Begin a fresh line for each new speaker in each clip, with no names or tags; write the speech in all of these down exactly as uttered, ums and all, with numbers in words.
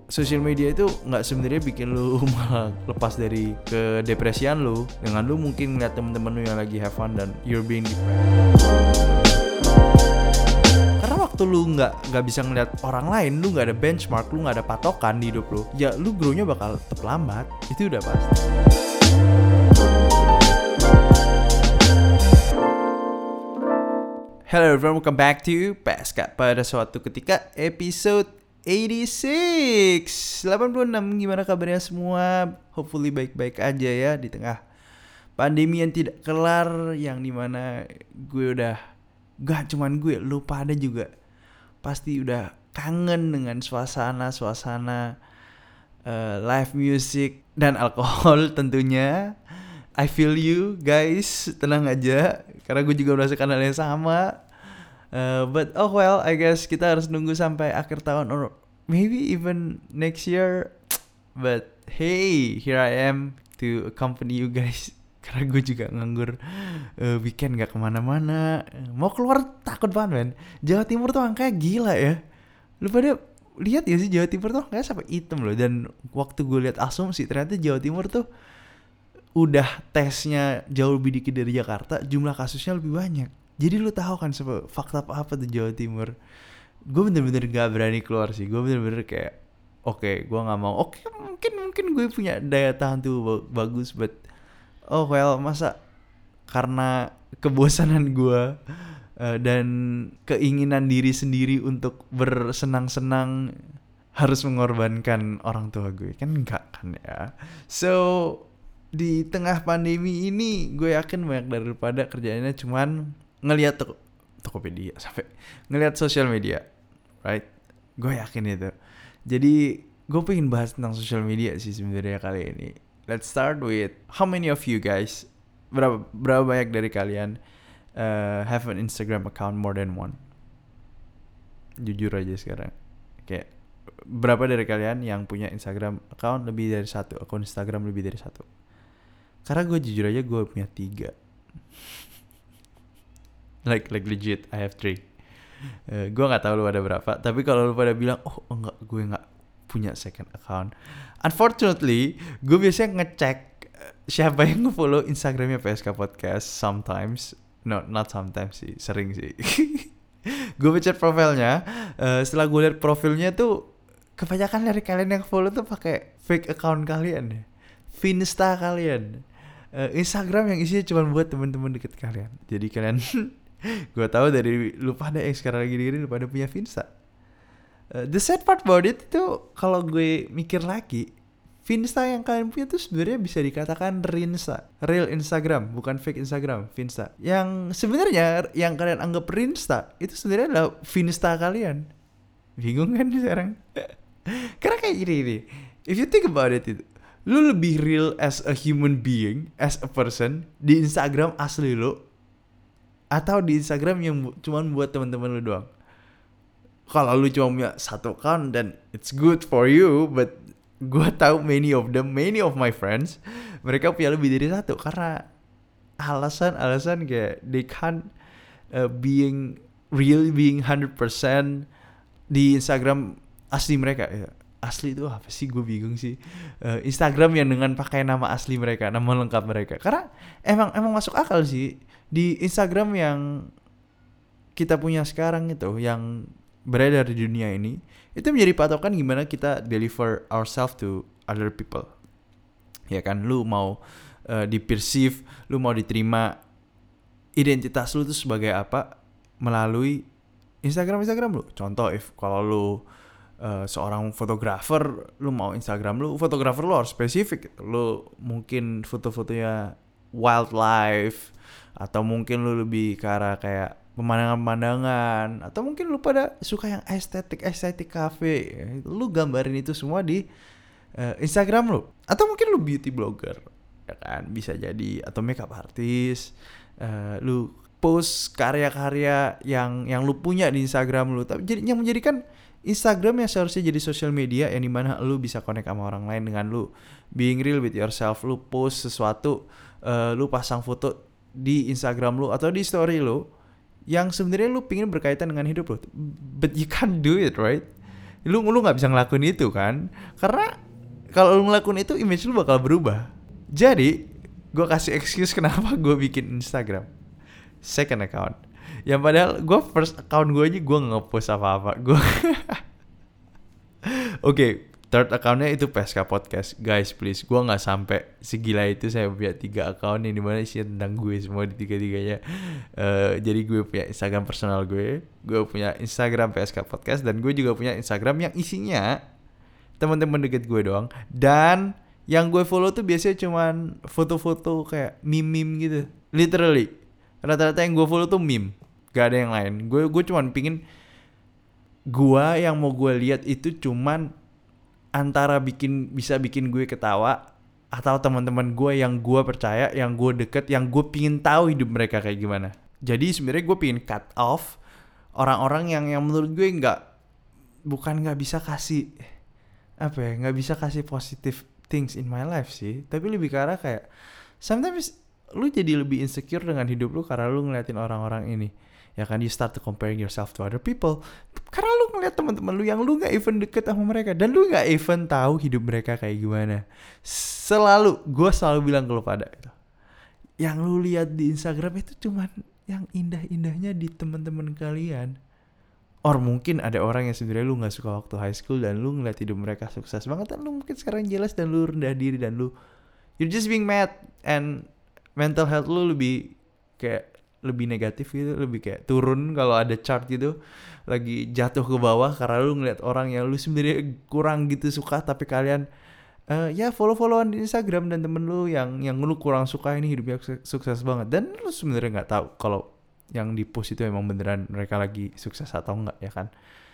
social media itu nggak sebenarnya bikin lu malah lepas dari kedepresian lu dengan lu mungkin ngeliat temen-temen lu yang lagi have fun dan you're being depressed. Karena waktu lu nggak nggak bisa ngeliat orang lain, lu nggak ada benchmark, lu nggak ada patokan di hidup lu, ya lu grow-nya bakal tetap lambat, itu udah pasti. Hello everyone, welcome back to P S K pada suatu ketika episode delapan puluh enam. delapan puluh enam, gimana kabarnya semua? Hopefully baik-baik aja ya di tengah pandemi yang tidak kelar, yang dimana gue udah, gak cuman gue, lu pada juga pasti udah kangen dengan suasana-suasana uh, live music dan alkohol tentunya. I feel you guys, tenang aja, karena gue juga merasakan hal yang sama. Uh, but oh well, I guess kita harus nunggu sampai akhir tahun or maybe even next year. But hey, here I am to accompany you guys. Karena gue juga nganggur, uh, weekend gak kemana-mana. Mau keluar takut banget men. Jawa Timur tuh angkanya gila ya. Lu pada lihat ya sih, Jawa Timur tuh angkanya sampai hitam loh. Dan waktu gue lihat asumsi, ternyata Jawa Timur tuh udah tesnya jauh lebih dikit dari Jakarta, jumlah kasusnya lebih banyak. Jadi lu tahu kan sebab fakta apa tuh Jawa Timur. Gue bener-bener gak berani keluar sih. Gue bener-bener kayak oke, okay, gue gak mau. Oke, okay, mungkin mungkin gue punya daya tahan tuh bagus, but oh well, masa karena kebosanan gue uh, dan keinginan diri sendiri untuk bersenang-senang harus mengorbankan orang tua gue, kan enggak kan ya. So di tengah pandemi ini gue yakin banyak daripada kerjaannya cuman ngelihat toko, Tokopedia sampai ngelihat sosial media, right? Gue yakin itu. Jadi gue pengen bahas tentang sosial media sih sebenarnya kali ini. Let's start with how many of you guys, berapa berapa banyak dari kalian uh, have an Instagram account more than one? Jujur aja sekarang, kayak berapa dari kalian yang punya Instagram account lebih dari satu, akun Instagram lebih dari satu? Karena gue jujur aja gue punya tiga. like like legit I have three. uh, Gue gak tahu lu ada berapa, tapi kalau lu pada bilang oh enggak, gue gak punya second account, unfortunately gue biasanya ngecek uh, siapa yang nge-follow Instagramnya P S K Podcast. Sometimes, no not sometimes sih, sering sih. Gue pencet profilnya, uh, setelah gue lihat profilnya tuh kebanyakan dari kalian yang follow tuh pakai fake account kalian, Finsta kalian, uh, Instagram yang isinya cuma buat teman-teman deket kalian. Jadi kalian, gue tahu dari lu pada yang sekarang lagi dengerin, lu pada punya Finsta. Uh, the sad part about it itu kalau gue mikir lagi, Finsta yang kalian punya tuh sebenarnya bisa dikatakan Rinsta, real Instagram, bukan fake Instagram, Finsta. Yang sebenarnya yang kalian anggap Rinsta itu sebenarnya adalah Finsta kalian. Bingung kan sekarang? Karena kayak gini nih, if you think about it itu, lu lebih real as a human being, as a person di Instagram asli lu, atau di Instagram yang bu- cuman buat teman-teman lu doang. Kalau lu cuma punya satu account dan it's good for you, but gue tahu many of them, many of my friends, mereka punya lebih dari satu karena alasan-alasan kayak they can't uh, being real, being one hundred percent di Instagram asli mereka ya. Asli itu apa sih, gue bingung sih. uh, Instagram yang dengan pakai nama asli mereka, nama lengkap mereka. Karena emang emang masuk akal sih. Di Instagram yang kita punya sekarang itu, yang beredar di dunia ini, itu menjadi patokan gimana kita deliver ourselves to other people. Ya kan, lu mau uh, di-perceive, lu mau diterima identitas lu itu sebagai apa melalui Instagram-Instagram lu. Contoh, if kalau lu Uh, seorang fotografer, lu mau Instagram lu, fotografer lu harus spesifik. Lu mungkin foto-fotonya wildlife, atau mungkin lu lebih ke arah kayak pemandangan-pemandangan, atau mungkin lu pada suka yang estetik-estetik cafe. Lu gambarin itu semua di uh, Instagram lu. Atau mungkin lu beauty blogger, ya kan, bisa jadi, atau makeup artist. Uh, lu post karya-karya yang yang lu punya di Instagram lu. Tapi jadi yang menjadikan Instagram yang seharusnya jadi social media yang dimana lu bisa connect sama orang lain dengan lu being real with yourself. Lu post sesuatu, uh, lu pasang foto di Instagram lu atau di story lu yang sebenarnya lu pingin berkaitan dengan hidup lu, but you can't do it, right? Lu lu nggak bisa ngelakuin itu kan? Karena kalau lu ngelakuin itu image lu bakal berubah. Jadi gue kasih excuse kenapa gue bikin Instagram second account. Yang padahal gue first account gue aja gue nggak ngepost apa-apa. Gue Oke, okay, third accountnya itu P S K Podcast. Guys, please, gue nggak sampai segila itu. Saya punya tiga account yang dimana isinya tentang gue semua di tiga-tiganya. Uh, jadi gue punya Instagram personal gue, gue punya Instagram P S K Podcast, dan gue juga punya Instagram yang isinya teman-teman deket gue doang. Dan yang gue follow tuh biasanya cuman foto-foto kayak meme-meme gitu. Literally, rata-rata yang gue follow tuh meme, gak ada yang lain. Gue gue cuman pingin gua yang mau gue lihat itu cuman antara bikin bisa bikin gue ketawa atau teman-teman gue yang gue percaya, yang gue deket, yang gue pingin tahu hidup mereka kayak gimana. Jadi sebenarnya gue pingin cut off orang-orang yang yang menurut gue nggak bukan nggak bisa kasih apa ya nggak bisa kasih positive things in my life sih, tapi lebih ke arah kayak sometimes lu jadi lebih insecure dengan hidup lu karena lu ngeliatin orang-orang ini. Ya kan, you start to comparing yourself to other people karena lu ngeliat teman-teman lu yang lu nggak even deket sama mereka dan lu nggak even tahu hidup mereka kayak gimana. Selalu gue selalu bilang ke lu pada itu, yang lu lihat di Instagram itu cuman yang indah-indahnya di teman-teman kalian. Or mungkin ada orang yang sebenarnya lu nggak suka waktu high school dan lu ngeliat hidup mereka sukses banget dan lu mungkin sekarang jealous dan lu rendah diri dan lu you're just being mad and mental health lu lebih kayak lebih negatif gitu, lebih kayak turun kalau ada chart gitu, lagi jatuh ke bawah karena lu ngeliat orang yang lu sebenarnya kurang gitu suka, tapi kalian uh, ya follow-followan di Instagram dan temen lu yang yang lu kurang suka ini hidupnya sukses banget, dan lu sebenarnya nggak tahu kalau yang di post itu emang beneran mereka lagi sukses atau enggak, ya kan.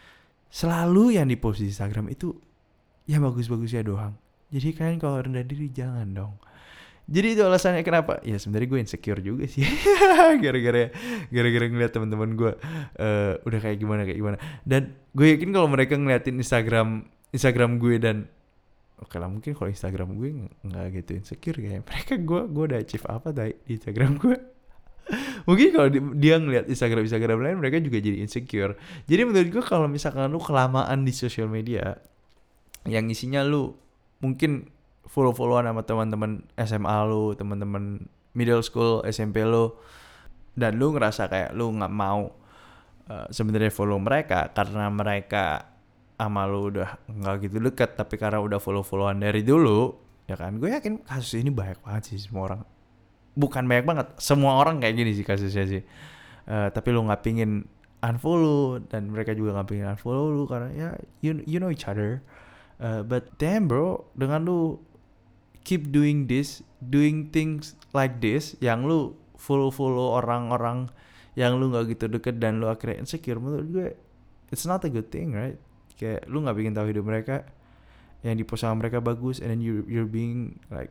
Selalu yang di post di Instagram itu ya bagus-bagusnya doang. Jadi kalian kalau rendah diri jangan dong. Jadi itu alasannya kenapa. Ya sebenarnya gue insecure juga sih. Gara-gara gara-gara ngeliat teman-teman gue uh, udah kayak gimana kayak gimana. Dan gue yakin kalau mereka ngeliatin Instagram Instagram gue dan oke lah mungkin kalau Instagram gue nggak gitu insecure kayak mereka, gue gue udah achieve apa tadi di Instagram gue. Mungkin kalau dia ngeliat Instagram Instagram lain mereka juga jadi insecure. Jadi menurut gue kalau misalkan lu kelamaan di social media yang isinya lu mungkin follow-followan sama teman-teman S M A lu, teman-teman middle school, S M P lu, dan lu ngerasa kayak lu nggak mau uh, sebenarnya follow mereka karena mereka sama lu udah nggak gitu dekat, tapi karena udah follow-followan dari dulu, ya kan? Gue yakin kasus ini banyak banget sih semua orang. Bukan banyak banget, semua orang kayak gini sih kasusnya sih. Uh, tapi lu nggak pingin unfollow dan mereka juga nggak pingin unfollow lu karena ya you you know each other. Uh, but damn bro, dengan lu keep doing this, doing things like this, yang lu follow-follow orang-orang yang lu gak gitu deket dan lu akhirnya insecure, menurut gue it's not a good thing, right? Kayak lu gak bikin tahu hidup mereka, yang di post sama mereka bagus, and then you, you're being like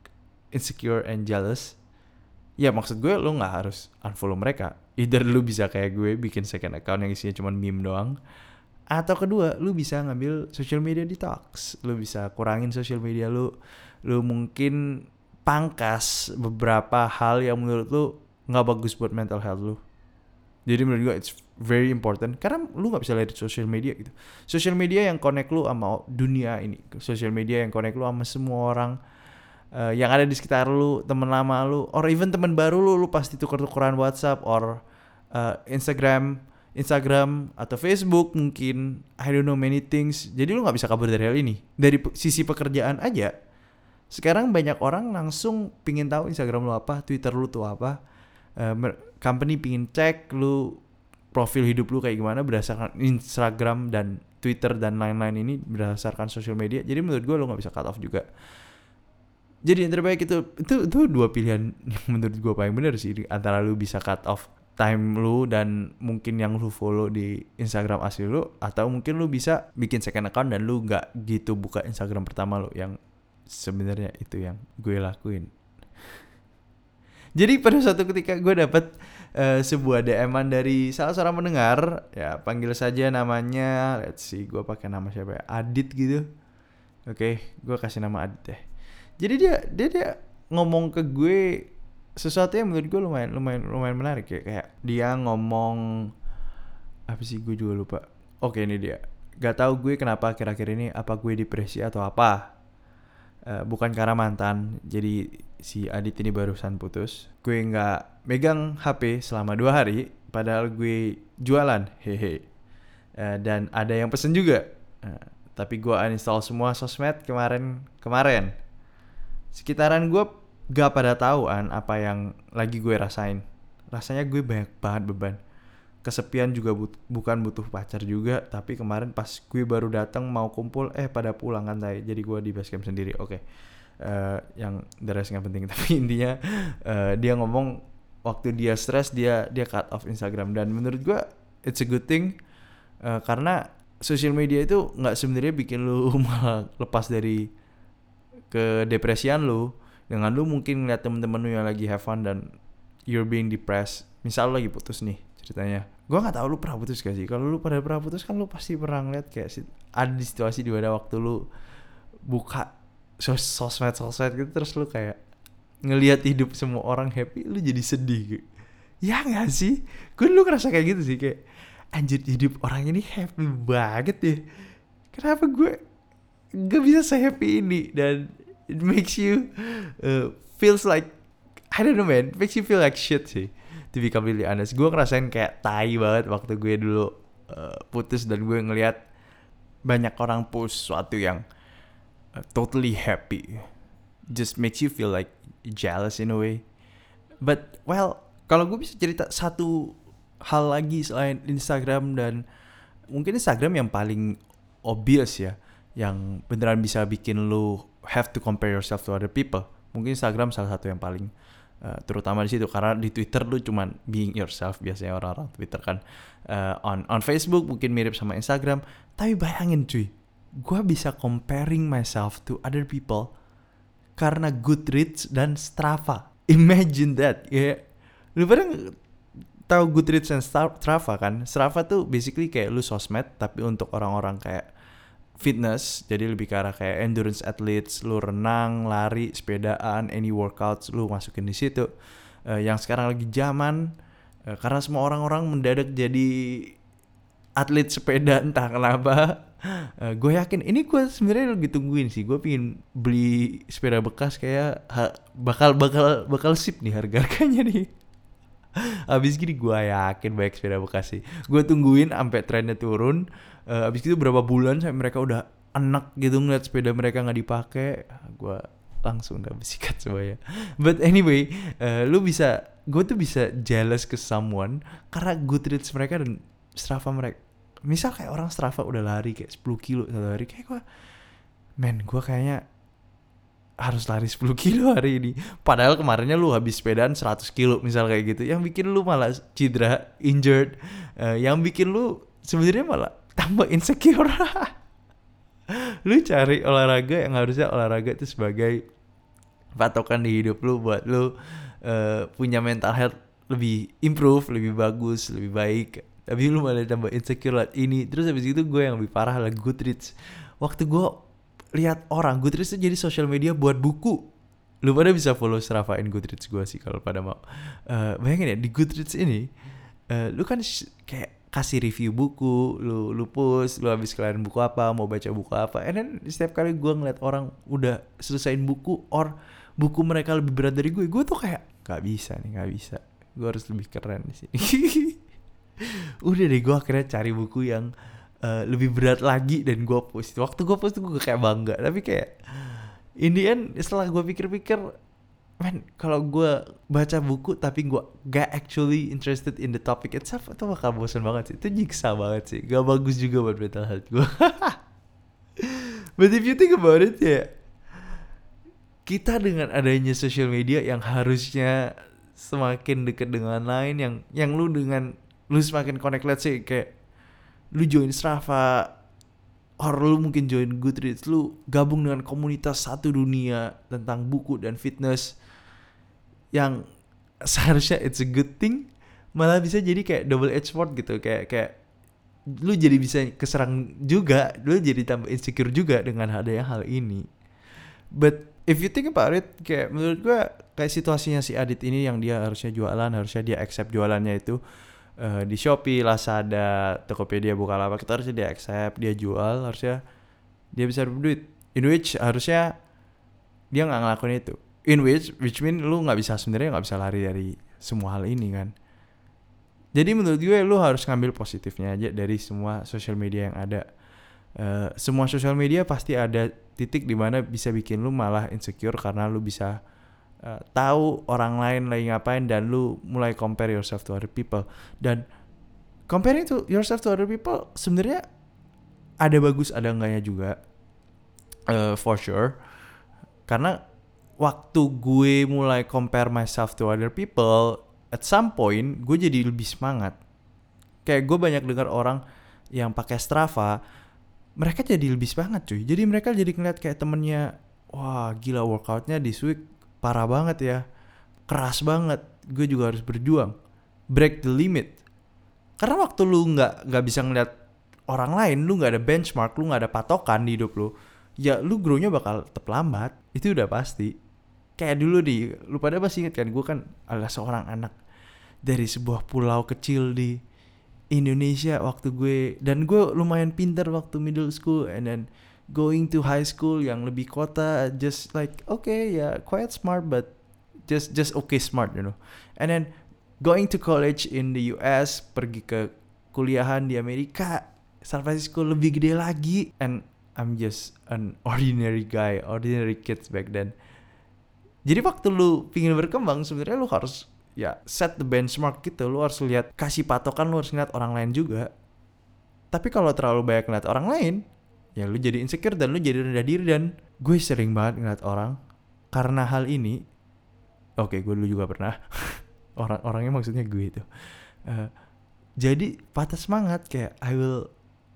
insecure and jealous. Ya maksud gue lu gak harus unfollow mereka. Either lu bisa kayak gue bikin second account yang isinya cuma meme doang, atau kedua lu bisa ngambil social media detox. Lu bisa kurangin social media lu. Lu mungkin pangkas beberapa hal yang menurut lu gak bagus buat mental health lu. Jadi menurut gue it's very important, karena lu gak bisa lihat social media gitu. Social media yang connect lu sama dunia ini, social media yang connect lu sama semua orang uh, yang ada di sekitar lu, temen lama lu, or even temen baru lu. Lu pasti tuker-tukeran WhatsApp or uh, Instagram Instagram atau Facebook mungkin, I don't know, many things. Jadi lu gak bisa kabur dari hal ini. Dari p- sisi pekerjaan aja, sekarang banyak orang langsung pingin tahu Instagram lu apa, Twitter lu tuh apa, uh, company pingin cek lu profil hidup lu kayak gimana berdasarkan Instagram dan Twitter dan lain-lain ini, berdasarkan social media. Jadi menurut gue lu gak bisa cut off juga. Jadi yang terbaik itu itu, itu dua pilihan menurut gue paling benar sih, antara lu bisa cut off time lu dan mungkin yang lu follow di Instagram asli lu, atau mungkin lu bisa bikin second account dan lu gak gitu buka Instagram pertama lu, yang sebenarnya itu yang gue lakuin. Jadi pada suatu ketika gue dapet uh, sebuah D M-an dari salah seorang pendengar, ya panggil saja namanya, let's see, gue pakai nama siapa ya, Adit gitu. Oke, okay, gue kasih nama Adit deh. Jadi dia dia dia ngomong ke gue sesuatu yang menurut gue lumayan lumayan lumayan menarik ya. Kayak dia ngomong apa sih, gue juga lupa. Oke, ini dia. gak tahu gue kenapa akhir-akhir ini, apa gue depresi atau apa. Uh, bukan karena mantan, jadi si Adit ini barusan putus. Gue gak megang H P selama dua hari, padahal gue jualan, hehe. Uh, dan ada yang pesen juga, uh, tapi gue uninstall semua sosmed kemarin kemarin. Sekitaran gue gak pada tahuan apa yang lagi gue rasain. Rasanya gue banyak banget beban. Kesepian juga but- bukan butuh pacar juga, tapi kemarin pas gue baru datang mau kumpul, eh pada pulang kan tay. Jadi gue di basecamp sendiri. Oke, okay. uh, yang the rest nggak penting. Tapi intinya uh, dia ngomong waktu dia stres dia dia cut off Instagram, dan menurut gue it's a good thing uh, karena social media itu nggak sebenarnya bikin lu malah lepas dari kedepresian lu, dengan lu mungkin ngeliat temen-temen lu yang lagi have fun dan you're being depressed. Misal lu lagi putus nih ceritanya. Gue nggak tahu lu pernah putus gak sih? Kalau lu pada pernah putus kan lu pasti pernah ngeliat kayak ada di situasi di mana waktu lu buka sos- sosmed sosmed gitu, terus lu kayak ngelihat hidup semua orang happy, lu jadi sedih gitu. Ya nggak sih? Gue dulu ngerasa kayak gitu sih, kayak anjir hidup orang ini happy banget ya. Kenapa gue nggak bisa se-happy ini? Dan it makes you uh, feels like I don't know man, it makes you feel like shit sih. To be completely honest, gue ngerasain kayak tai banget waktu gue dulu uh, putus dan gue ngelihat banyak orang post sesuatu yang uh, totally happy. Just makes you feel like jealous in a way. But well, kalau gue bisa cerita satu hal lagi selain Instagram, dan mungkin Instagram yang paling obvious ya, yang beneran bisa bikin lu have to compare yourself to other people. Mungkin Instagram salah satu yang paling Uh, terutama di situ, karena di Twitter lu cuman being yourself biasanya orang-orang Twitter kan. Uh, on on Facebook mungkin mirip sama Instagram, tapi bayangin cuy, gue bisa comparing myself to other people karena Goodreads dan Strava. Imagine that, ya. Yeah. Lu pada tahu Goodreads dan Strava kan? Strava tuh basically kayak lu sosmed tapi untuk orang-orang kayak fitness, jadi lebih ke arah kayak endurance athletes, lu renang, lari, sepedaan, any workouts lu masukin di situ. Uh, yang sekarang lagi zaman uh, karena semua orang-orang mendadak jadi atlet sepeda entah kenapa. Uh, gue yakin ini gue sebenarnya lagi tungguin sih. Gue pengen beli sepeda bekas kayak ha, bakal bakal bakal sip nih harga-harganya nih. Abis gini gue yakin banyak sepeda bekas sih. Gue tungguin sampai trennya turun. Uh, abis itu berapa bulan sampai mereka udah enak gitu ngeliat sepeda mereka nggak dipakai, gue langsung udah bersikat semuanya. But anyway, uh, lu bisa, gue tuh bisa jealous ke someone karena Goodreads mereka dan Strava mereka. Misal kayak orang Strava udah lari kayak sepuluh kilo satu hari, kayak gue, man gue kayaknya harus lari sepuluh kilo hari ini. Padahal kemarinnya lu habis sepedaan seratus kilo misal kayak gitu, yang bikin lu malah cedera, injured, uh, yang bikin lu sebenarnya malah tambah insecure. Lu cari olahraga yang harusnya olahraga itu sebagai patokan di hidup lu buat lu uh, punya mental health lebih improve, lebih bagus, lebih baik. Tapi lu malah tambah insecure lah ini. Terus habis itu gue yang lebih parah lah Goodreads. Waktu gue lihat orang Goodreads itu jadi social media buat buku. Lu pada bisa follow Strava and Goodreads gue sih kalau pada mau. Uh, bayangin ya di Goodreads ini, uh, lu kan sh- kayak kasih review buku, lu lu post, lu habis kelarin buku apa, mau baca buku apa. And then setiap kali gue ngeliat orang udah selesaiin buku, or buku mereka lebih berat dari gue, gue tuh kayak gak bisa nih, gak bisa. Gue harus lebih keren di sini. Udah deh, gue akhirnya cari buku yang uh, lebih berat lagi dan gue post. Waktu gue post tuh gue kayak bangga, tapi kayak in the end setelah gue pikir-pikir, man, kalau gue baca buku tapi gue gak actually interested in the topic itself, itu bakal bosan banget sih. Itu nyiksa banget sih. Gak bagus juga buat mental health gue. But if you think about it ya, kita dengan adanya social media yang harusnya semakin dekat dengan lain, yang yang lu dengan lu semakin connect, let's say kayak lu join Strava, or lu mungkin join Goodreads, lu gabung dengan komunitas satu dunia tentang buku dan fitness, yang seharusnya it's a good thing, malah bisa jadi kayak double edged sword gitu. Kayak kayak lu jadi bisa keserang juga, lu jadi tambah insecure juga dengan adanya hal ini. But if you think about it, kayak menurut gue kayak situasinya si Adit ini yang dia harusnya jualan, harusnya dia accept jualannya itu, uh, di Shopee, Lazada, Tokopedia, Bukalapak itu harusnya dia accept, dia jual, harusnya dia bisa berduit. In which harusnya dia nggak ngelakuin itu. In which which mean lu nggak bisa sebenarnya nggak bisa lari dari semua hal ini kan. Jadi menurut gue lu harus ngambil positifnya aja dari semua social media yang ada. Uh, semua social media pasti ada titik di mana bisa bikin lu malah insecure karena lu bisa uh, tahu orang lain lagi ngapain dan lu mulai compare yourself to other people. Dan comparing to yourself to other people sebenarnya ada bagus ada enggaknya juga, uh, for sure. Karena waktu gue mulai compare myself to other people, at some point gue jadi lebih semangat. Kayak gue banyak dengar orang yang pakai Strava, mereka jadi lebih semangat cuy. Jadi mereka jadi ngeliat kayak temennya, wah gila workoutnya this week parah banget ya, keras banget. Gue juga harus berjuang, break the limit. Karena waktu lu nggak nggak bisa ngeliat orang lain, lu nggak ada benchmark, lu nggak ada patokan di hidup lu, ya lu grow-nya bakal tetap lambat. Itu udah pasti. Kayak dulu nih, lu pada pasti inget kan, gue kan adalah seorang anak dari sebuah pulau kecil di Indonesia waktu gue, dan gue lumayan pintar waktu middle school, and then going to high school yang lebih kota, just like okay ya, yeah, quite smart but just just okay smart, you know. And then going to college in the U S, pergi ke kuliahan di Amerika, San Francisco lebih gede lagi, and I'm just an ordinary guy, ordinary kids back then. Jadi waktu lu pingin berkembang sebenarnya lu harus ya set the benchmark gitu. Lu harus lihat, kasih patokan, lu harus ngeliat orang lain juga. Tapi kalau terlalu banyak ngeliat orang lain, ya lu jadi insecure dan lu jadi rendah diri. Dan gue sering banget ngeliat orang karena hal ini. Oke, gue dulu juga pernah. Orang-orangnya maksudnya gue itu. Uh, jadi patah semangat, kayak I will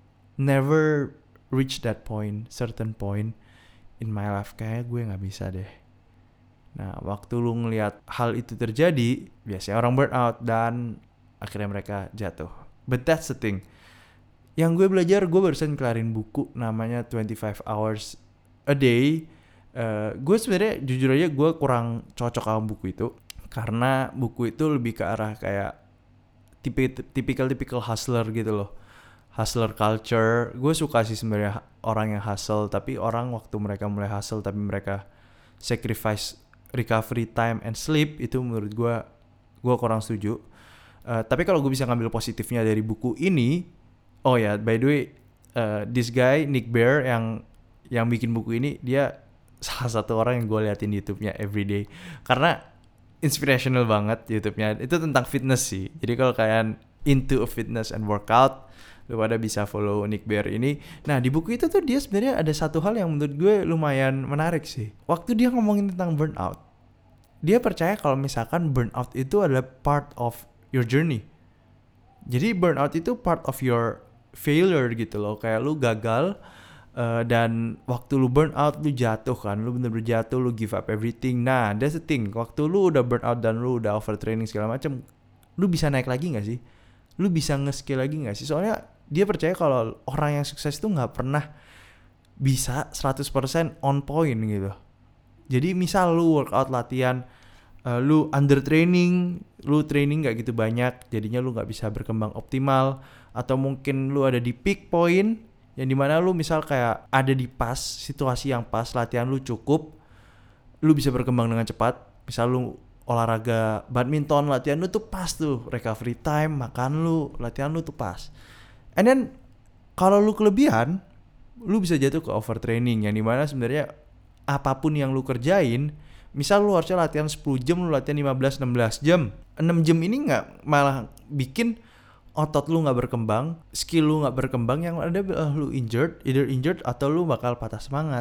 never reach that point, certain point in my life. Kayak gue gak bisa deh. Nah, waktu lu ngelihat hal itu terjadi, biasanya orang burn out dan akhirnya mereka jatuh. But that's the thing. Yang gue belajar, gue barusan kelarin buku namanya twenty-five hours a day. Uh, gue sebenarnya jujur aja gue kurang cocok sama buku itu. Karena buku itu lebih ke arah kayak typical-typical hustler gitu loh. Hustler culture. Gue suka sih sebenarnya orang yang hustle. Tapi orang waktu mereka mulai hustle tapi mereka sacrifice recovery time and sleep, itu menurut gue gue kurang setuju. Uh, tapi kalau gue bisa ngambil positifnya dari buku ini, oh ya yeah, by the way, uh, this guy Nick Bare yang yang bikin buku ini, dia salah satu orang yang gue liatin YouTube-nya everyday karena inspirational banget YouTube-nya. Itu tentang fitness sih. Jadi kalau kalian into a fitness and workout, lu pada bisa follow Nick Bare ini. Nah, di buku itu tuh dia sebenarnya ada satu hal yang menurut gue lumayan menarik sih. Waktu dia ngomongin tentang burnout, dia percaya kalau misalkan burnout itu adalah part of your journey. Jadi burnout itu part of your failure gitu loh. Kayak lu gagal uh, dan waktu lu burnout lu jatuh kan, lu bener-bener jatuh, lu give up everything. Nah, that's the thing. Waktu lu udah burnout dan lu udah overtraining segala macam, lu bisa naik lagi nggak sih? Lu bisa nge-skill lagi nggak sih? Soalnya dia percaya kalau orang yang sukses itu nggak pernah bisa seratus persen on point gitu. Jadi misal lu workout latihan, uh, lu under training, lu training nggak gitu banyak, jadinya lu nggak bisa berkembang optimal. Atau mungkin lu ada di peak point, yang dimana lu misal kayak ada di pas, situasi yang pas, latihan lu cukup, lu bisa berkembang dengan cepat. Misal lu olahraga badminton, latihan lu tuh pas tuh, recovery time, makan lu, latihan lu tuh pas. And then kalau lu kelebihan, lu bisa jatuh ke overtraining, yang dimana sebenarnya apapun yang lu kerjain, misal lu harusnya latihan sepuluh jam, lu latihan lima belas enam belas jam. enam jam ini gak malah bikin otot lu gak berkembang, skill lu gak berkembang, yang ada uh, lu injured, either injured atau lu bakal patah semangat.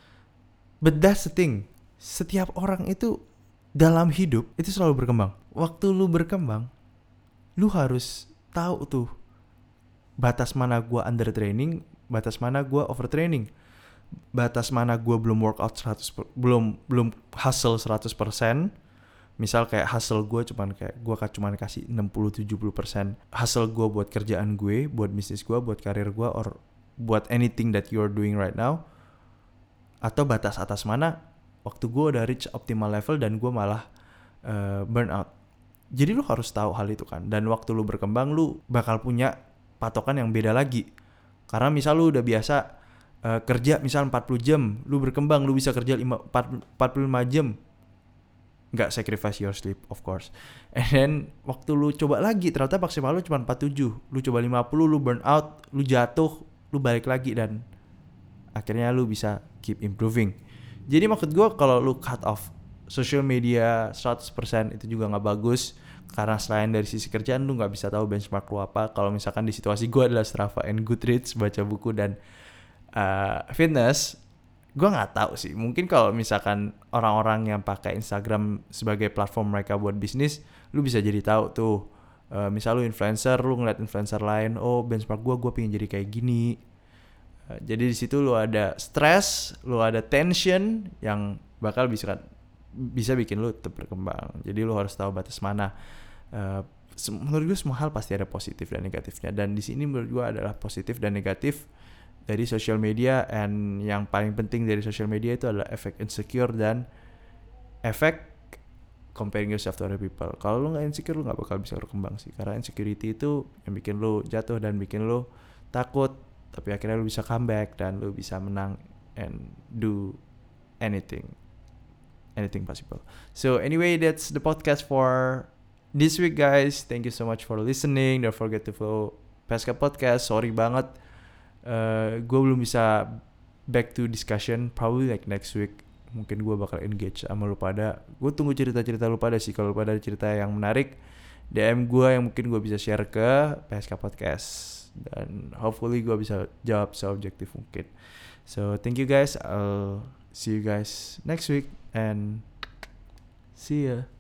But that's the thing, setiap orang itu dalam hidup itu selalu berkembang. Waktu lu berkembang, lu harus tahu tuh batas mana gua under training, batas mana gua overtraining, batas mana gua belum workout seratus persen, belum belum hustle seratus persen. Misal kayak hustle gua cuman kayak gua cuman kasih enam puluh sampai tujuh puluh persen hustle gua buat kerjaan gue, buat bisnis gua, buat karir gua, or buat anything that you're doing right now. Atau batas atas mana waktu gua udah reach optimal level dan gua malah uh, burn out. Jadi lu harus tahu hal itu kan. Dan waktu lu berkembang lu bakal punya patokan yang beda lagi. Karena misal lu udah biasa uh, kerja misal empat puluh jam, lu berkembang lu bisa kerja empat puluh lima jam. Nggak sacrifice your sleep of course. And then waktu lu coba lagi ternyata maksimal lu cuma empat puluh tujuh. Lu coba lima puluh, lu burn out, lu jatuh, lu balik lagi dan akhirnya lu bisa keep improving. Jadi maksud gue kalau lu cut off social media seratus persen itu juga gak bagus. Karena selain dari sisi kerjaan lu gak bisa tahu benchmark lu apa. Kalau misalkan di situasi gue adalah Strava and Goodreads, baca buku dan uh, fitness, gue gak tahu sih. Mungkin kalau misalkan orang-orang yang pakai Instagram sebagai platform mereka buat bisnis, lu bisa jadi tahu tuh uh, misal lu influencer, lu ngeliat influencer lain, oh benchmark gue, gue pengen jadi kayak gini. uh, Jadi di situ lu ada stress, lu ada tension yang bakal bisa bisa bikin lu tetap berkembang. Jadi lu harus tahu batas mana. Uh, menurut gue semua hal pasti ada positif dan negatifnya. Dan di sini menurut gue adalah positif dan negatif dari social media. And yang paling penting dari social media itu adalah efek insecure dan efek comparing yourself to other people. Kalau lu nggak insecure, lu nggak bakal bisa berkembang sih. Karena insecurity itu yang bikin lu jatuh dan bikin lu takut. Tapi akhirnya lu bisa comeback dan lu bisa menang and do anything. Anything possible. So anyway, that's the podcast for this week, guys. Thank you so much for listening. Don't forget to follow Pesca Podcast. Sorry banget, uh, gue belum bisa back to discussion. Probably like next week. Mungkin gue bakal engage sama lu pada. Gue tunggu cerita-cerita lu pada sih. Kalau lu pada ada cerita yang menarik, D M gue yang mungkin gue bisa share ke Pesca Podcast. Dan hopefully gue bisa jawab seobjektif mungkin. So thank you guys. I'll see you guys next week. And see ya.